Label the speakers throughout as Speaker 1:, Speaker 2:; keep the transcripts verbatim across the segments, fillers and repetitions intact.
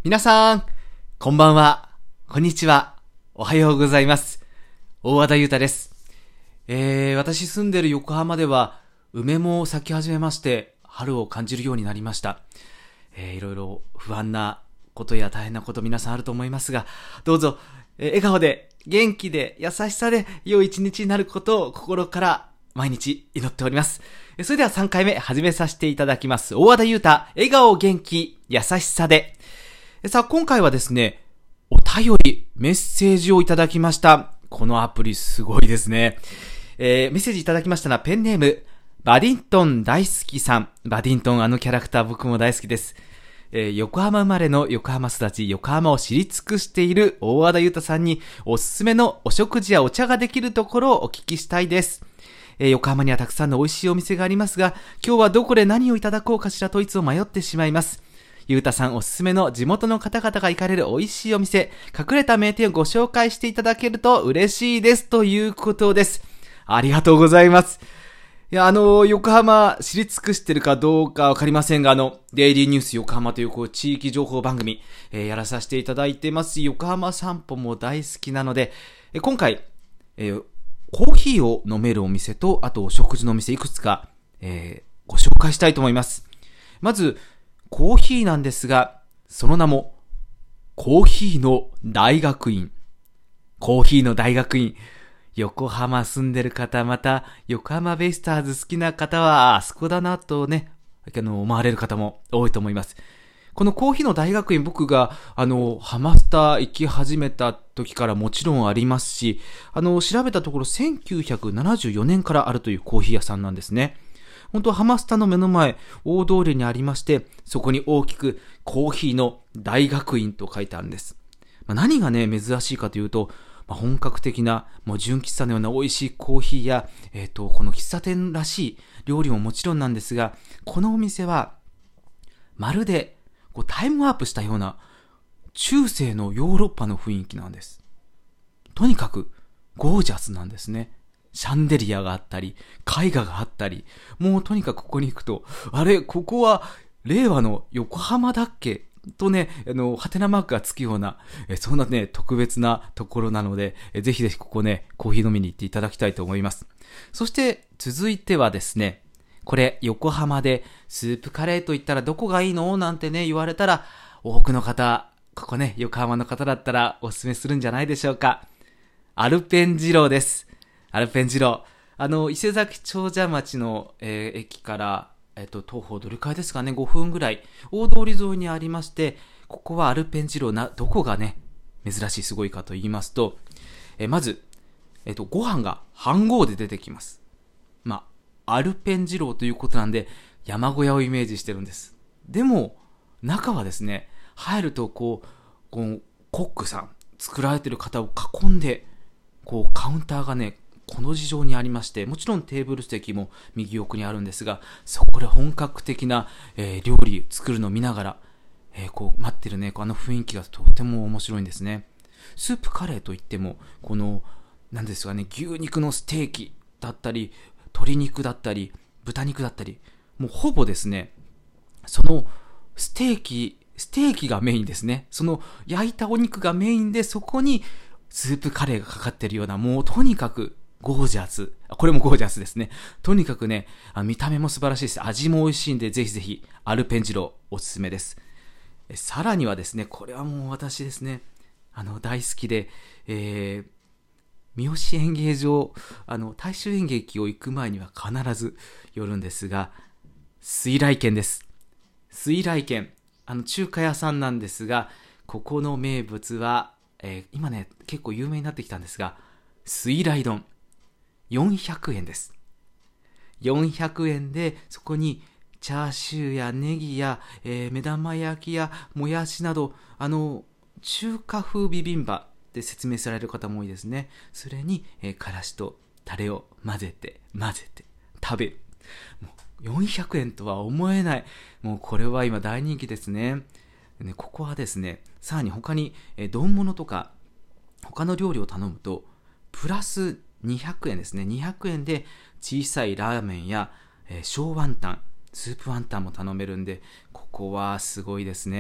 Speaker 1: 皆さん、こんばんは、こんにちは、おはようございます。大和田裕太です。えー、私住んでる横浜では、梅も咲き始めまして、春を感じるようになりました。えー、いろいろ不安なことや大変なこと皆さんあると思いますが、どうぞ、えー、笑顔で、元気で、優しさで、良い一日になることを心から毎日祈っております。それではさんかいめ始めさせていただきます。大和田裕太、笑顔元気、優しさで。さあ、今回はですね、お便り、メッセージをいただきました。このアプリすごいですね。えー、メッセージいただきましたのはペンネーム、バディントン大好きさん。バディントン、あのキャラクター僕も大好きです。えー、横浜生まれの横浜育ち、横浜を知り尽くしている大和田裕太さんにおすすめのお食事やお茶ができるところをお聞きしたいです。えー、横浜にはたくさんの美味しいお店がありますが、今日はどこで何をいただこうかしらといつも迷ってしまいます。ゆうたさんおすすめの地元の方々が行かれる美味しいお店、隠れた名店をご紹介していただけると嬉しいですということです。ありがとうございます。いや、あの、横浜知り尽くしてるかどうかわかりませんが、あの、デイリーニュース横浜というこう地域情報番組、えー、やらさせていただいてます。横浜散歩も大好きなので、えー、今回、えー、コーヒーを飲めるお店と、あとお食事のお店いくつか、えー、ご紹介したいと思います。まず、コーヒーなんですが、その名も、コーヒーの大学院。コーヒーの大学院。横浜住んでる方、また、横浜ベイスターズ好きな方は、あそこだなとね、あの、思われる方も多いと思います。このコーヒーの大学院、僕が、あの、ハマスタ行き始めた時からもちろんありますし、あの、調べたところせんきゅうひゃくななじゅうよねんからあるというコーヒー屋さんなんですね。本当はハマスタの目の前、大通りにありまして、そこに大きくコーヒーの大学院と書いてあるんです。まあ、何がね、珍しいかというと、まあ、本格的な、もう純喫茶のような美味しいコーヒーや、えっと、この喫茶店らしい料理ももちろんなんですが、このお店は、まるでこうタイムワープしたような、中世のヨーロッパの雰囲気なんです。とにかく、ゴージャスなんですね。シャンデリアがあったり、絵画があったり、もうとにかくここに行くと、あれ、ここは令和の横浜だっけとね、あの、ハテナマークがつくような、えそんなね、特別なところなので、えぜひぜひここね、コーヒー飲みに行っていただきたいと思います。そして続いてはですね、これ横浜でスープカレーと言ったらどこがいいのなんてね、言われたら、多くの方、ここね、横浜の方だったらおすすめするんじゃないでしょうか。アルペン二郎です。アルペン二郎。あの、伊勢崎長者町の、えー、駅から、えっと、徒歩どれくらいですかね、ごふんぐらい、大通り沿いにありまして、ここはアルペン二郎な、どこがね、珍しいすごいかと言いますと、えー、まず、えっと、ご飯が飯盒で出てきます。まあ、アルペン二郎ということなんで、山小屋をイメージしてるんです。でも、中はですね、入るとこう、こうコックさん、作られてる方を囲んで、こう、カウンターがね、この事情にありまして、もちろんテーブル席も右奥にあるんですが、そこで本格的な、えー、料理作るのを見ながら、えー、こう待ってるね、あの雰囲気がとても面白いんですね。スープカレーといっても、この、なんですかね、牛肉のステーキだったり、鶏肉だったり、豚肉だったり、もうほぼですね、そのステーキ、ステーキがメインですね。その焼いたお肉がメインで、そこにスープカレーがかかってるような、もうとにかく、ゴージャス。これもゴージャスですね。とにかくね、見た目も素晴らしいです。味も美味しいんで、ぜひぜひ、アルペン二郎おすすめです。さらにはですね、これはもう私ですね、あの、大好きで、えー、三好演芸場、あの、大衆演劇を行く前には必ず寄るんですが、酔来軒です。酔来軒。あの、中華屋さんなんですが、ここの名物は、えー、今ね、結構有名になってきたんですが、酔来丼。よんひゃくえんです。よんひゃくえんで、そこにチャーシューやネギや、えー、目玉焼きやもやしなど、あの、中華風ビビンバで説明される方も多いですね。それに、えー、からしとタレを混ぜて、混ぜて、食べる。もうよんひゃくえんとは思えない。もうこれは今大人気ですね。ね、ここはですね、さらに他に、えー、丼物とか、他の料理を頼むと、プラスにひゃくえんですね。にひゃくえんで小さいラーメンや、えー、小ワンタン、スープワンタンも頼めるんで、ここはすごいですね。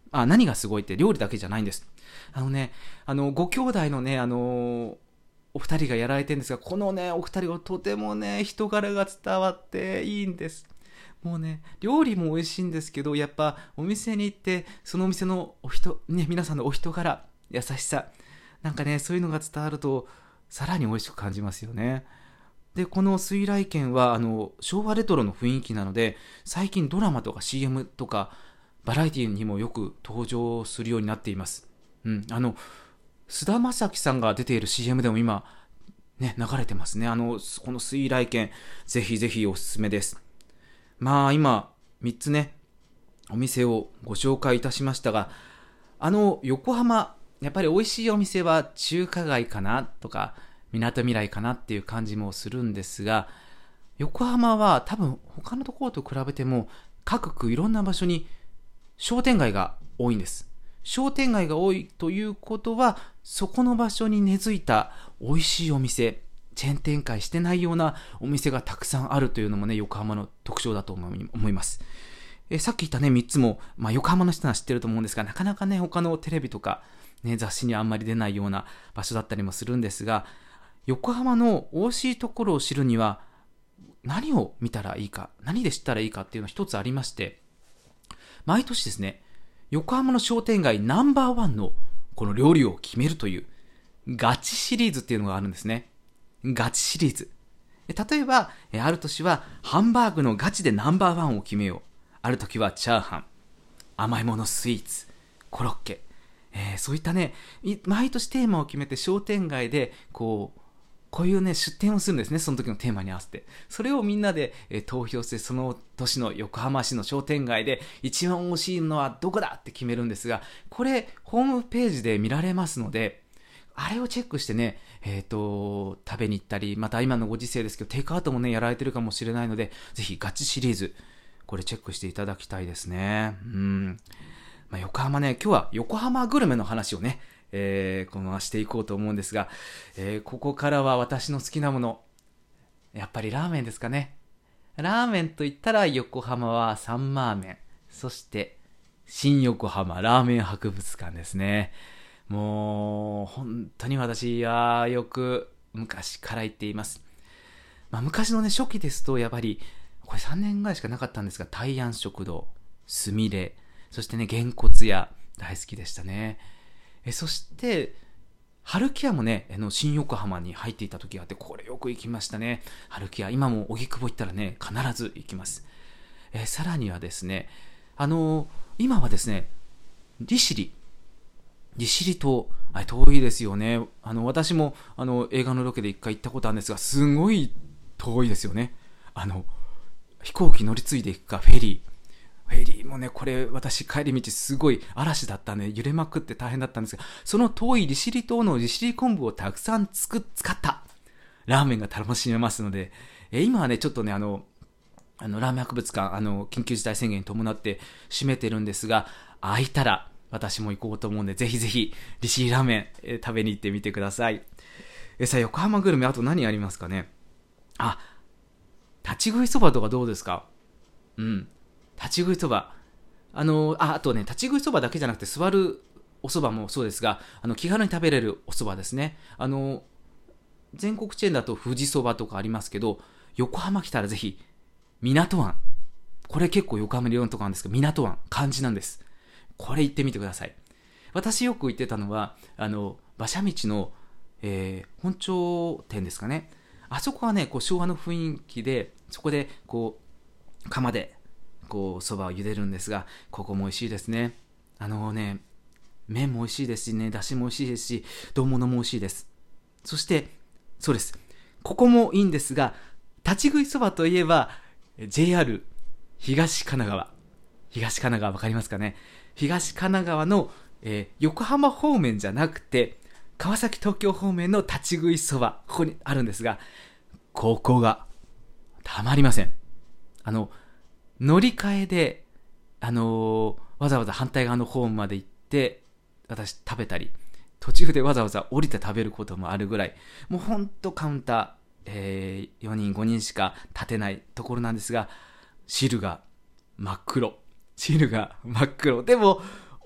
Speaker 1: あ、何がすごいって料理だけじゃないんです。あのね、あの、ご兄弟のね、あのーお二人がやられてるんですが、このね、お二人はとてもね、人柄が伝わっていいんです。もうね、料理も美味しいんですけど、やっぱお店に行って、そのお店のお人、ね、皆さんのお人柄、優しさ、なんかね、そういうのが伝わると、さらに美味しく感じますよね。で、この水来軒は、あの、昭和レトロの雰囲気なので、最近ドラマとか シーエム とか、バラエティにもよく登場するようになっています。うん、あの、菅田将暉さんが出ている シーエム でも今、ね、流れてますね。あの、この水来軒、ぜひぜひおすすめです。まあ、今、みっつね、お店をご紹介いたしましたが、あの、横浜、やっぱり美味しいお店は中華街かなとか、みなとみらいかなっていう感じもするんですが、横浜は多分他のところと比べても、各区いろんな場所に商店街が多いんです。商店街が多いということは、そこの場所に根付いた美味しいお店、チェーン展開してないようなお店がたくさんあるというのもね、横浜の特徴だと思います。えさっき言ったね、みっつも、まあ、横浜の人は知ってると思うんですが、なかなかね、他のテレビとか、ね、雑誌にあんまり出ないような場所だったりもするんですが、横浜の美味しいところを知るには、何を見たらいいか、何で知ったらいいかっていうのが一つありまして、毎年ですね、横浜の商店街ナンバーワンのこの料理を決めるというガチシリーズっていうのがあるんですね。ガチシリーズ。例えば、ある年はハンバーグのガチでナンバーワンを決めよう。ある時はチャーハン、甘いものスイーツ、コロッケ。えー、そういったね、毎年テーマを決めて商店街でこう、こういうね、出店をするんですね。その時のテーマに合わせて。それをみんなで、えー、投票して、その年の横浜市の商店街で一番美味しいのはどこだって決めるんですが、これ、ホームページで見られますので、あれをチェックしてね、えっと、食べに行ったり、また今のご時世ですけど、テイクアウトもね、やられてるかもしれないので、ぜひガチシリーズ、これチェックしていただきたいですね。うん。まあ、横浜ね、今日は横浜グルメの話をね、えー、このまましていこうと思うんですが、えー、ここからは私の好きなもの、やっぱりラーメンですかね。ラーメンといったら横浜はサンマーメン、そして新横浜ラーメン博物館ですね。もう本当に私はよく昔から言っています。まあ、昔のね、初期ですとやっぱりこれさんねんぐらいしかなかったんですが、大安食堂、すみれ、そしてね、げんこつ屋大好きでしたね。えそして春木屋もね、あの新横浜に入っていた時があって、これよく行きましたね。春木屋、今も荻窪行ったらね、必ず行きます。えさらにはですね、あのー、今はですね、利尻利尻島、あれ遠いですよね。あの私もあの映画のロケで一回行ったことあるんですが、すごい遠いですよね。あの飛行機乗り継いでいくか、フェリーフェリーもね、これ私帰り道すごい嵐だったんで揺れまくって大変だったんですが、その遠い利尻島の利尻昆布をたくさんつく使ったラーメンが楽しめますので、え今はねちょっとねあのあのラーメン博物館、あの緊急事態宣言に伴って閉めてるんですが、空いたら私も行こうと思うんで、ぜひぜひ利尻ラーメン、え食べに行ってみてください。えさあ、横浜グルメあと何ありますかね。あ、立ち食いそばとかどうですか。うん、立ち食いそば、あのああとね、立ち食いそばだけじゃなくて座るおそばもそうですが、あの気軽に食べれるおそばですね。あの全国チェーンだと富士そばとかありますけど、横浜来たらぜひ港湾、これ結構横浜にいろんなとこあるんですけど、港湾漢字なんです。これ行ってみてください。私よく行ってたのはあの馬車道の、えー、本町店ですかね。あそこはねこう昭和の雰囲気で、そこでこう釜でこうそばを茹でるんですが、ここも美味しいですね。あのね、麺も美味しいですしね、だしも美味しいですし、丼物も美味しいです。そしてそうです、ここもいいんですが、立ち食いそばといえば ジェイアール 東神奈川、東神奈川わかりますかね。東神奈川の、えー、横浜方面じゃなくて川崎東京方面の立ち食いそば、ここにあるんですが、ここがたまりません。あの乗り換えで、あのー、わざわざ反対側のホームまで行って私食べたり、途中でわざわざ降りて食べることもあるぐらい、もうほんとカウンター、えー、よにんごにんしか立てないところなんですが、汁が真っ黒、汁が真っ黒でも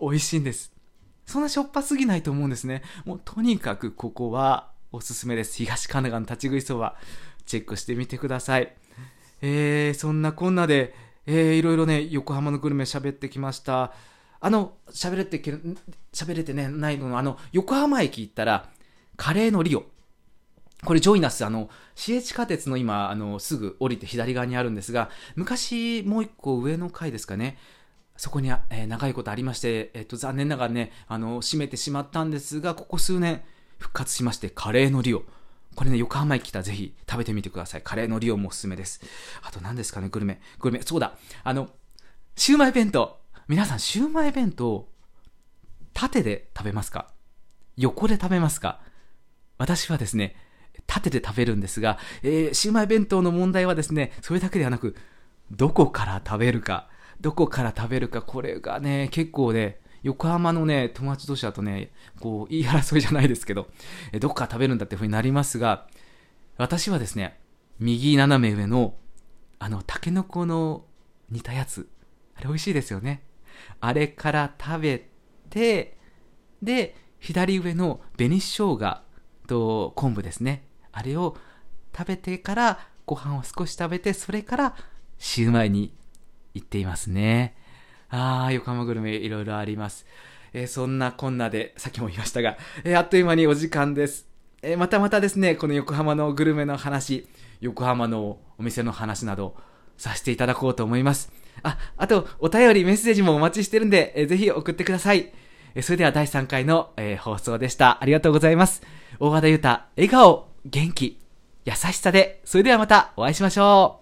Speaker 1: 美味しいんです。そんなしょっぱすぎないと思うんですね。もうとにかくここはおすすめです。東神奈川の立ち食いそば、チェックしてみてください。えー、そんなこんなで、えー、いろいろね、横浜のグルメ喋ってきました。あの、喋れてけ、喋れてね、ないのの、あの、横浜駅行ったら、カレーのリオ。これジョイナス、あの、市営地下鉄の今、あの、すぐ降りて左側にあるんですが、昔、もう一個上の階ですかね。そこに、えー、長いことありまして、えっと、残念ながらね、あの、閉めてしまったんですが、ここ数年、復活しまして、カレーのリオ。これね、横浜駅来たらぜひ食べてみてください。カレーのリオもおすすめです。あと何ですかね、グルメ。グルメ、そうだ。あの、シウマイ弁当。皆さん、シウマイ弁当、縦で食べますか？横で食べますか？私はですね、縦で食べるんですが、えー、シウマイ弁当の問題はですね、それだけではなく、どこから食べるか、どこから食べるか、これがね、結構ね、横浜のね、友達同士だとね、こう、言い争いじゃないですけど、えどこから食べるんだって風になりますが、私はですね、右斜め上の、あの、タケノコの煮たやつ、あれ美味しいですよね。あれから食べて、で、左上の紅生姜と昆布ですね。あれを食べてからご飯を少し食べて、それからシウマイに行っていますね。あー、横浜グルメいろいろあります。えー、そんなこんなで、さっきも言いましたが、えー、あっという間にお時間です。えー、またまたですね、この横浜のグルメの話、横浜のお店の話などさせていただこうと思います。あ、あと、お便りメッセージもお待ちしてるんで、えー、ぜひ送ってください。えー、それではだいさんかいの、えー、放送でした。ありがとうございます。大和田裕太、笑顔、元気、優しさで、それではまたお会いしましょう。